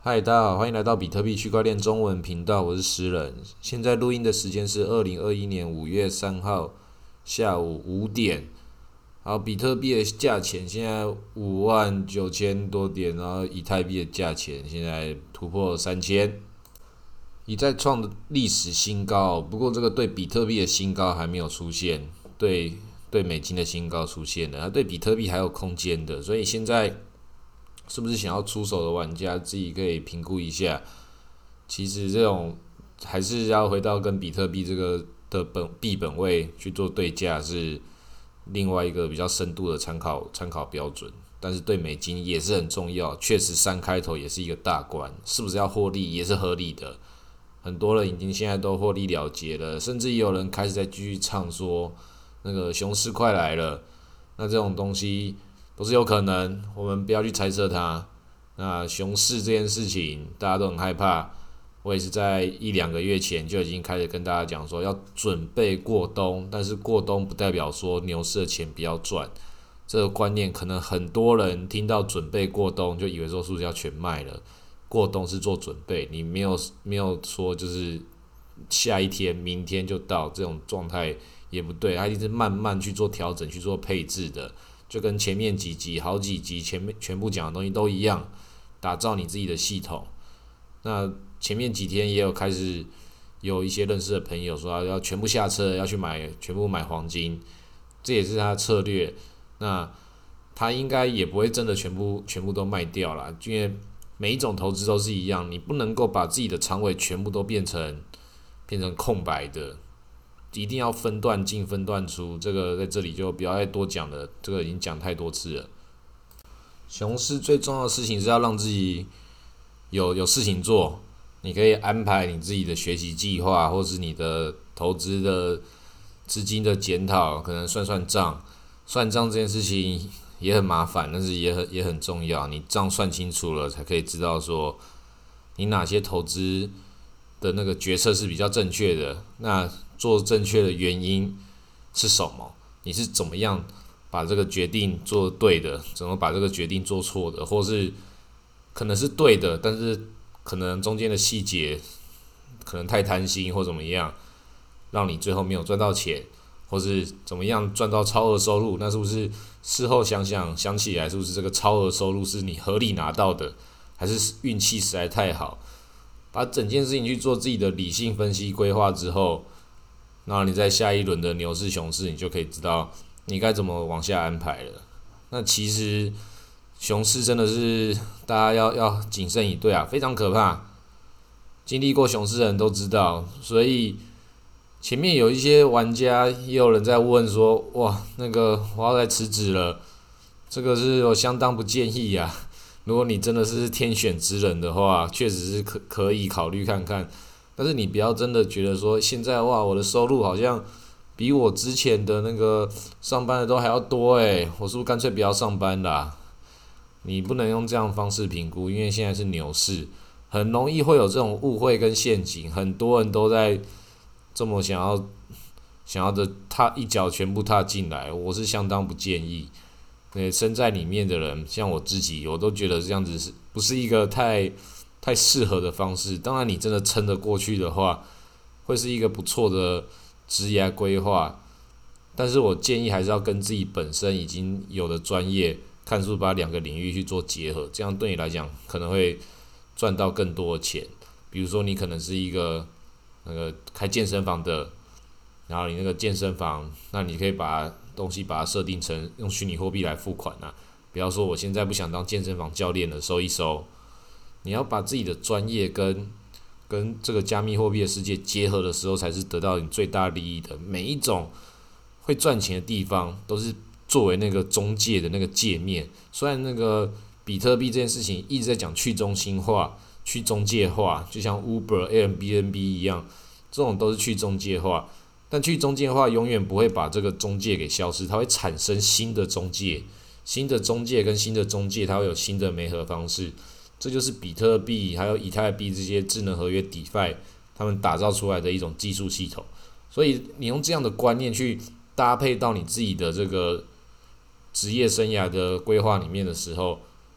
嗨，大家好，欢迎来到比特币区块链中文频道，我是诗人。现在录音的时间是2021年5月3号下午5点。好，比特币的价钱现在59000多点，然后以太币的价钱现在突破3000，已在创的历史新高。不过这个对比特币的新高还没有出现，对美金的新高出现了，它对比特币还有空间的，所以现在是不是想要出手的玩家自己可以评估一下。其实这种还是要回到跟比特币这个的币本位去做对价，是另外一个比较深度的参考标准。但是对美金也是很重要，确实3开头也是一个大关，是不是要获利也是合理的。很多人已经现在都获利了结了，甚至也有人开始在继续唱说那个熊市快来了。那这种东西都是有可能，我们不要去猜测它。那熊市这件事情大家都很害怕，我也是在1-2个月前就已经开始跟大家讲说要准备过冬，但是过冬不代表说牛市的钱不要赚。这个观念可能很多人听到准备过冬就以为说是不是要全卖了。过冬是做准备，你没有说就是下一天明天就到这种状态也不对，它一定是慢慢去做调整去做配置的。就跟前面几集好几集前面全部讲的东西都一样，打造你自己的系统。那前面几天也有开始有一些认识的朋友说要全部下车，要去全部买黄金，这也是他的策略。那他应该也不会真的全部都卖掉啦，因为每一种投资都是一样，你不能够把自己的仓位全部都变成空白的，一定要分段进分段出。这个在这里就不要再多讲了，这个已经讲太多次了。熊市最重要的事情是要让自己有事情做，你可以安排你自己的学习计划，或是你的投资的资金的检讨，可能算算账。算账这件事情也很麻烦，但是也很重要。你账算清楚了，才可以知道说你哪些投资的那个决策是比较正确的。那做正确的原因是什么？你是怎么样把这个决定做对的？怎么把这个决定做错的？或是可能是对的，但是可能中间的细节可能太贪心或怎么样，让你最后没有赚到钱，或是怎么样赚到超额收入？那是不是事后想起来，是不是这个超额收入是你合理拿到的，还是运气实在太好？把整件事情去做自己的理性分析规划之后，然后你在下一轮的牛市熊市，你就可以知道你该怎么往下安排了。那其实熊市真的是大家要谨慎以对啊，非常可怕。经历过熊市的人都知道，所以前面有一些玩家也有人在问说，哇，那个我要来辞职了，这个是我相当不建议啊。如果你真的是天选之人的话，确实是可以考虑看看。但是你不要真的觉得说现在哇，我的收入好像比我之前的那个上班的都还要多我是不是干脆不要上班啦？你不能用这样的方式评估，因为现在是牛市，很容易会有这种误会跟陷阱，很多人都在这么想要的踏一脚全部踏进来，我是相当不建议。身在里面的人，像我自己，我都觉得这样子不是一个太适合的方式。当然，你真的撑得过去的话，会是一个不错的职业规划。但是我建议还是要跟自己本身已经有的专业，看是不是把两个领域去做结合，这样对你来讲可能会赚到更多的钱。比如说，你可能是一个那个开健身房的，然后你那个健身房，那你可以把东西把它设定成用虚拟货币来付款啊。不要说我现在不想当健身房教练了，收一收。你要把自己的专业跟这个加密货币的世界结合的时候，才是得到你最大利益的。每一种会赚钱的地方，都是作为那个中介的那个界面。虽然那个比特币这件事情一直在讲去中心化、去中介化，就像 Uber、Airbnb 一样，这种都是去中介化。但去中介化永远不会把这个中介给消失，它会产生新的中介，新的中介跟新的中介，它会有新的媒合方式。这就是比特币还有以太币这些智能合约 DeFi 他们打造出来的一种技术系统。所以你用这样的观念去搭配到你自己的这个职业生涯的规划里面的时候，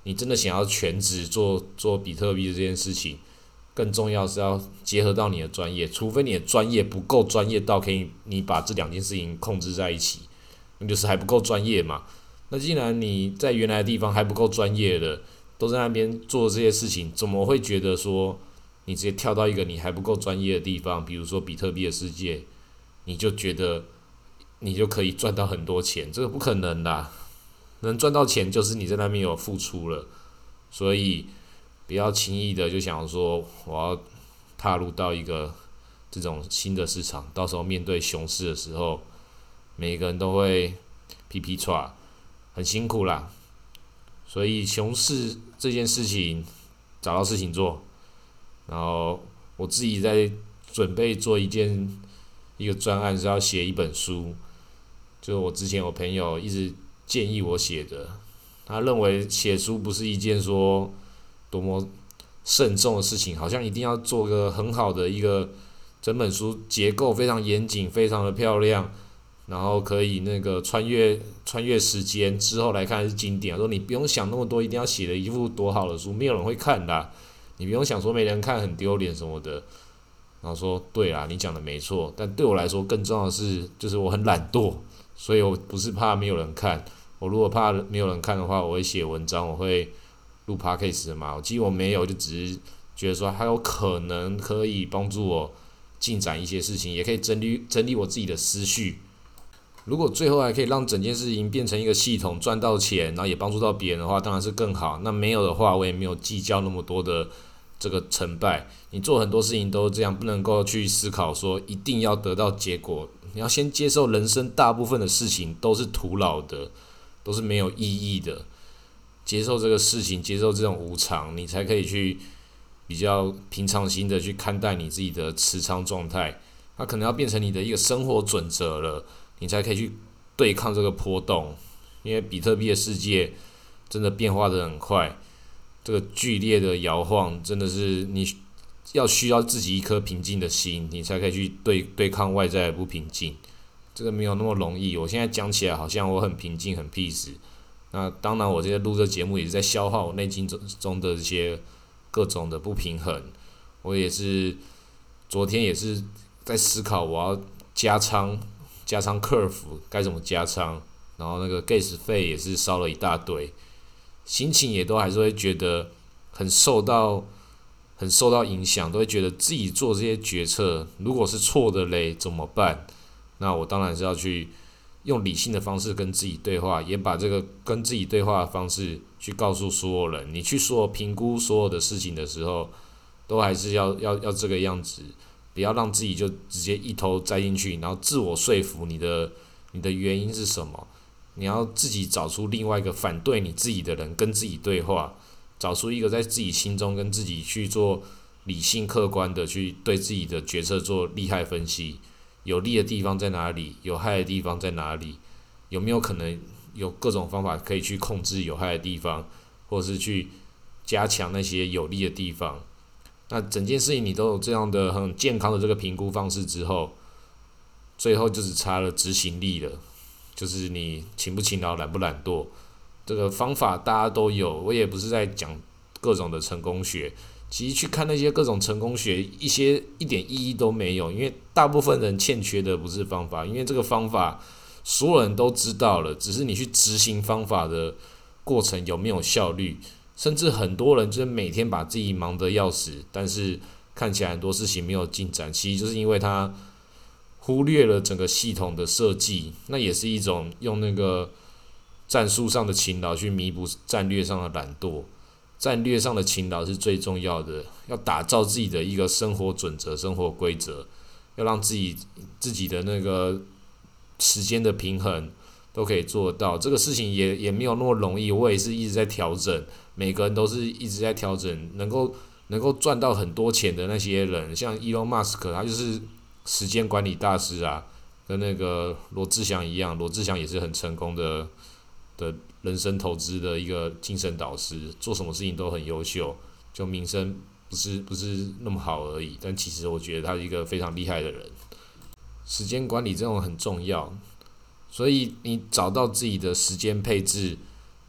你真的想要全职做比特币这件事情，更重要是要结合到你的专业，除非你的专业不够专业到可以你把这两件事情控制在一起，那就是还不够专业嘛。那既然你在原来的地方还不够专业的，都在那边做这些事情，怎么会觉得说你直接跳到一个你还不够专业的地方，比如说比特币的世界，你就觉得你就可以赚到很多钱？这个不可能啦，能赚到钱就是你在那边有付出了，所以不要轻易的就想说我要踏入到一个这种新的市场，到时候面对熊市的时候，每个人都会皮皮唰，很辛苦啦。所以熊市这件事情，找到事情做，然后我自己在准备做一个专案，是要写一本书，就我之前有朋友一直建议我写的，他认为写书不是一件说多么慎重的事情，好像一定要做个很好的一个整本书结构非常严谨，非常的漂亮，然后可以那个穿越时间之后来看是经典。说你不用想那么多，一定要写的一副多好的书，没有人会看的啊，你不用想说没人看很丢脸什么的。然后说对啦，你讲的没错，但对我来说更重要的是，就是我很懒惰，所以我不是怕没有人看。我如果怕没有人看的话，我会写文章，我会录 podcast 的嘛。其实我没有，就只是觉得说还有可能可以帮助我进展一些事情，也可以整理我自己的思绪。如果最后还可以让整件事情变成一个系统，赚到钱，然后也帮助到别人的话，当然是更好。那没有的话，我也没有计较那么多的这个成败。你做很多事情都这样，不能够去思考说一定要得到结果。你要先接受人生大部分的事情都是徒劳的，都是没有意义的。接受这个事情，接受这种无常，你才可以去比较平常心的去看待你自己的持仓状态。它可能要变成你的一个生活准则了，你才可以去对抗这个波动。因为比特币的世界真的变化得很快，这个剧烈的摇晃真的是你需要自己一颗平静的心，你才可以去对抗外在的不平静。这个没有那么容易。我现在讲起来好像我很平静很 peace，那当然我这些录这节目也是在消耗我内心中的这些各种的不平衡。我也是昨天也是在思考我要加仓curve 该怎么加仓，然后那个 gas 费也是烧了一大堆，心情也都还是会觉得很受到影响，都会觉得自己做这些决策如果是错的嘞怎么办？那我当然是要去用理性的方式跟自己对话，也把这个跟自己对话的方式去告诉所有人。你去所有评估所有的事情的时候，都还是要这个样子，不要让自己就直接一头栽进去，然后自我说服你的原因是什么？你要自己找出另外一个反对你自己的人，跟自己对话，找出一个在自己心中跟自己去做理性客观的去对自己的决策做利害分析，有利的地方在哪里，有害的地方在哪里，有没有可能有各种方法可以去控制有害的地方，或者是去加强那些有利的地方。那整件事情你都有这样的很健康的这个评估方式之后，最后就只差了执行力了，就是你勤不勤劳，懒不懒惰。这个方法大家都有，我也不是在讲各种的成功学。其实去看那些各种成功学，一点意义都没有，因为大部分人欠缺的不是方法，因为这个方法所有人都知道了，只是你去执行方法的过程有没有效率。甚至很多人就是每天把自己忙得要死，但是看起来很多事情没有进展，其实就是因为他忽略了整个系统的设计。那也是一种用那个战术上的勤劳去弥补战略上的懒惰。战略上的勤劳是最重要的，要打造自己的一个生活准则、生活规则，要让自己的那个时间的平衡都可以做得到。这个事情也没有那么容易，我也是一直在调整，每个人都是一直在调整，能够赚到很多钱的那些人，像 Elon Musk， 他就是时间管理大师啊，跟那个罗志祥一样，罗志祥也是很成功的人生投资的一个精神导师，做什么事情都很优秀，就名声不是那么好而已，但其实我觉得他是一个非常厉害的人。时间管理这种很重要，所以你找到自己的时间配置，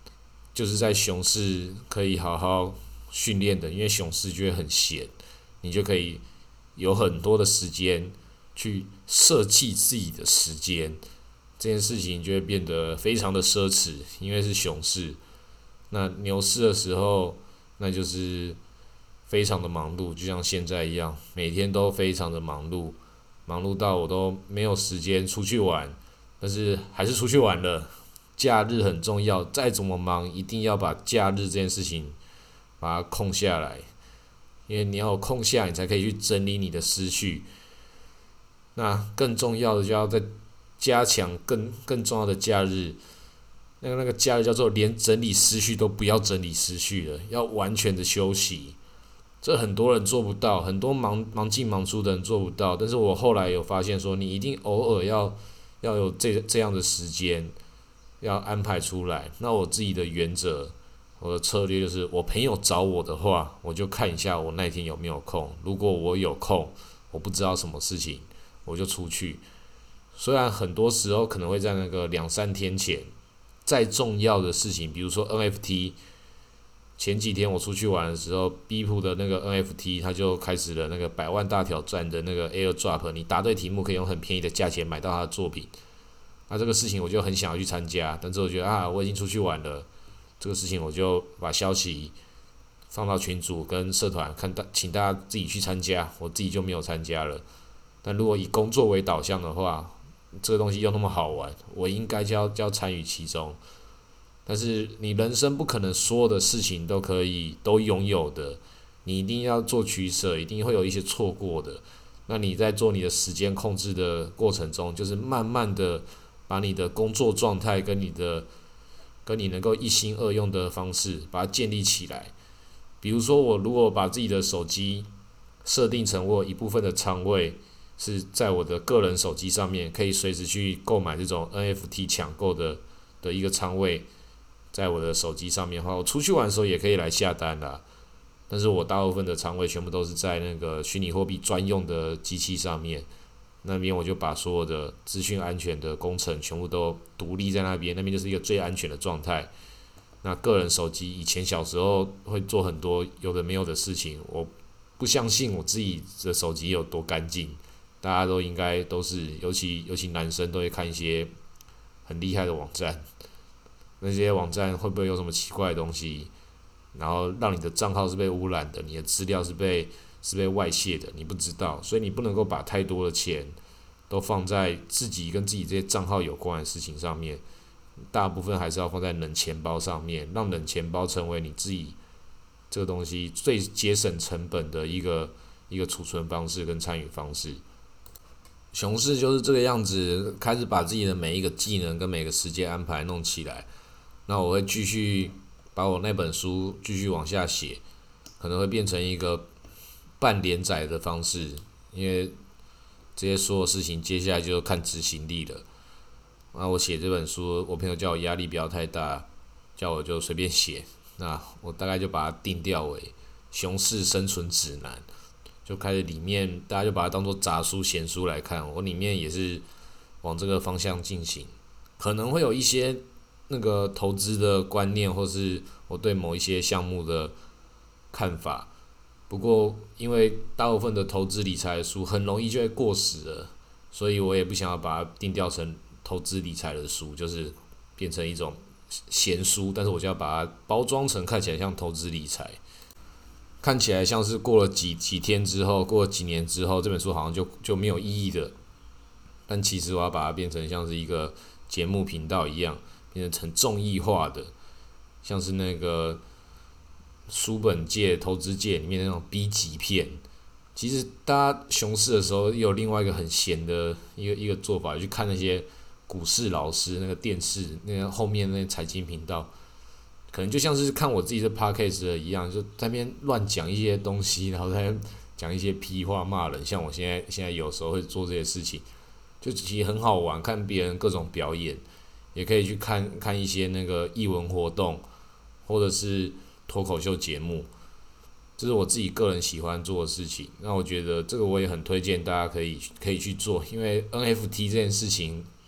就是在熊市可以好好训练的，因为熊市就会很闲，你就可以有很多的时间去设计自己的时间，这件事情就会变得非常的奢侈，因为是熊市。那牛市的时候，那就是非常的忙碌，就像现在一样，每天都非常的忙碌，忙碌到我都没有时间出去玩，但是还是出去玩了。假日很重要，再怎么忙，一定要把假日这件事情把它空下来，因为你要有空下，你才可以去整理你的思绪。那更重要的就要再加强更重要的假日，那个假日叫做连整理思绪都不要整理思绪了，要完全的休息。这很多人做不到，很多忙进忙出的人做不到。但是我后来有发现说，你一定偶尔要有这样的时间，要安排出来。那我自己的原则，我的策略就是，我朋友找我的话，我就看一下我那天有没有空。如果我有空，我不知道什么事情，我就出去。虽然很多时候可能会在那个2-3天前，再重要的事情，比如说 NFT，前几天我出去玩的时候，Beep 的那个 NFT 它就开始了那个100万大挑战的那个 AirDrop， 你答对题目可以用很便宜的价钱买到他的作品。那这个事情我就很想要去参加，但是我觉得我已经出去玩了，这个事情我就把消息放到群组跟社团，请大家自己去参加，我自己就没有参加了。但如果以工作为导向的话，这个东西又那么好玩，我应该就要参与其中。但是你人生不可能所有的事情都拥有的，你一定要做取舍，一定会有一些错过的。那你在做你的时间控制的过程中，就是慢慢的把你的工作状态跟你能够一心二用的方式把它建立起来。比如说我如果把自己的手机设定成我有一部分的仓位是在我的个人手机上面，可以随时去购买这种 NFT 抢购的一个仓位，在我的手机上面的话，我出去玩的时候也可以来下单啦。但是我大部分的仓位全部都是在那个虚拟货币专用的机器上面，那边我就把所有的资讯安全的工程全部都独立在那边，那边就是一个最安全的状态。那个人手机以前小时候会做很多有的没有的事情，我不相信我自己的手机有多干净，大家都应该都是，尤其男生都会看一些很厉害的网站，那些网站会不会有什么奇怪的东西，然后让你的账号是被污染的，你的资料是被外泄的，你不知道，所以你不能够把太多的钱都放在自己跟自己这些账号有关的事情上面，大部分还是要放在冷钱包上面，让冷钱包成为你自己这个东西最节省成本的一个储存方式跟参与方式。熊市就是这个样子，开始把自己的每一个技能跟每个时间安排弄起来。那我会继续把我那本书继续往下写，可能会变成一个半连载的方式，因为这些所有事情接下来就看执行力了。那我写这本书，我朋友叫我压力不要太大，叫我就随便写。那我大概就把它定调为熊市生存指南，就开始里面大家就把它当做杂书闲书来看，我里面也是往这个方向进行，可能会有一些那个投资的观念，或是我对某一些项目的看法。不过因为大部分的投资理财的书很容易就会过时了，所以我也不想要把它定调成投资理财的书，就是变成一种闲书，但是我就要把它包装成看起来像投资理财，看起来像是过了几天之后，过了几年之后，这本书好像就没有意义的。但其实我要把它变成像是一个节目频道一样，变成很综艺化的，像是那个书本界、投资界里面那种 B 级片。其实大家熊市的时候，也有另外一个很闲的一个做法，去看那些股市老师那个电视，那个后面那个财经频道，可能就像是看我自己的 podcast 的一样，就在那边乱讲一些东西，然后在讲一些屁话骂人。像我现在有时候会做这些事情，就其实很好玩，看别人各种表演，也可以去看一些那个艺文活动，或者是脱口秀节目，这是我自己个人喜欢做的事情。那我觉得这个我也很推荐大家可以去做，因为 NFT 这件事情，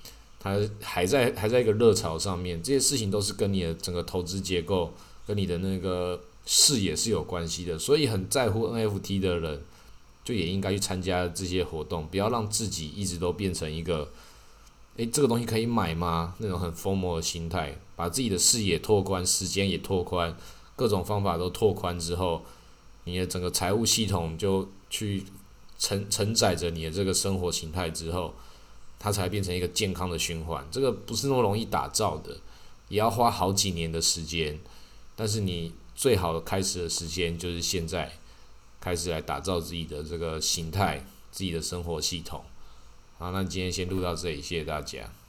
它还在一个热潮上面，这些事情都是跟你的整个投资结构跟你的那个视野是有关系的，所以很在乎 NFT 的人，就也应该去参加这些活动，不要让自己一直都变成一个，这个东西可以买吗？那种很疯魔的心态，把自己的视野拓宽，时间也拓宽，各种方法都拓宽之后，你的整个财务系统就去承载着你的这个生活形态之后，它才变成一个健康的循环。这个不是那么容易打造的，也要花好几年的时间。但是你最好的开始的时间就是现在，开始来打造自己的这个形态，自己的生活系统。好，那今天先录到这里，谢谢大家。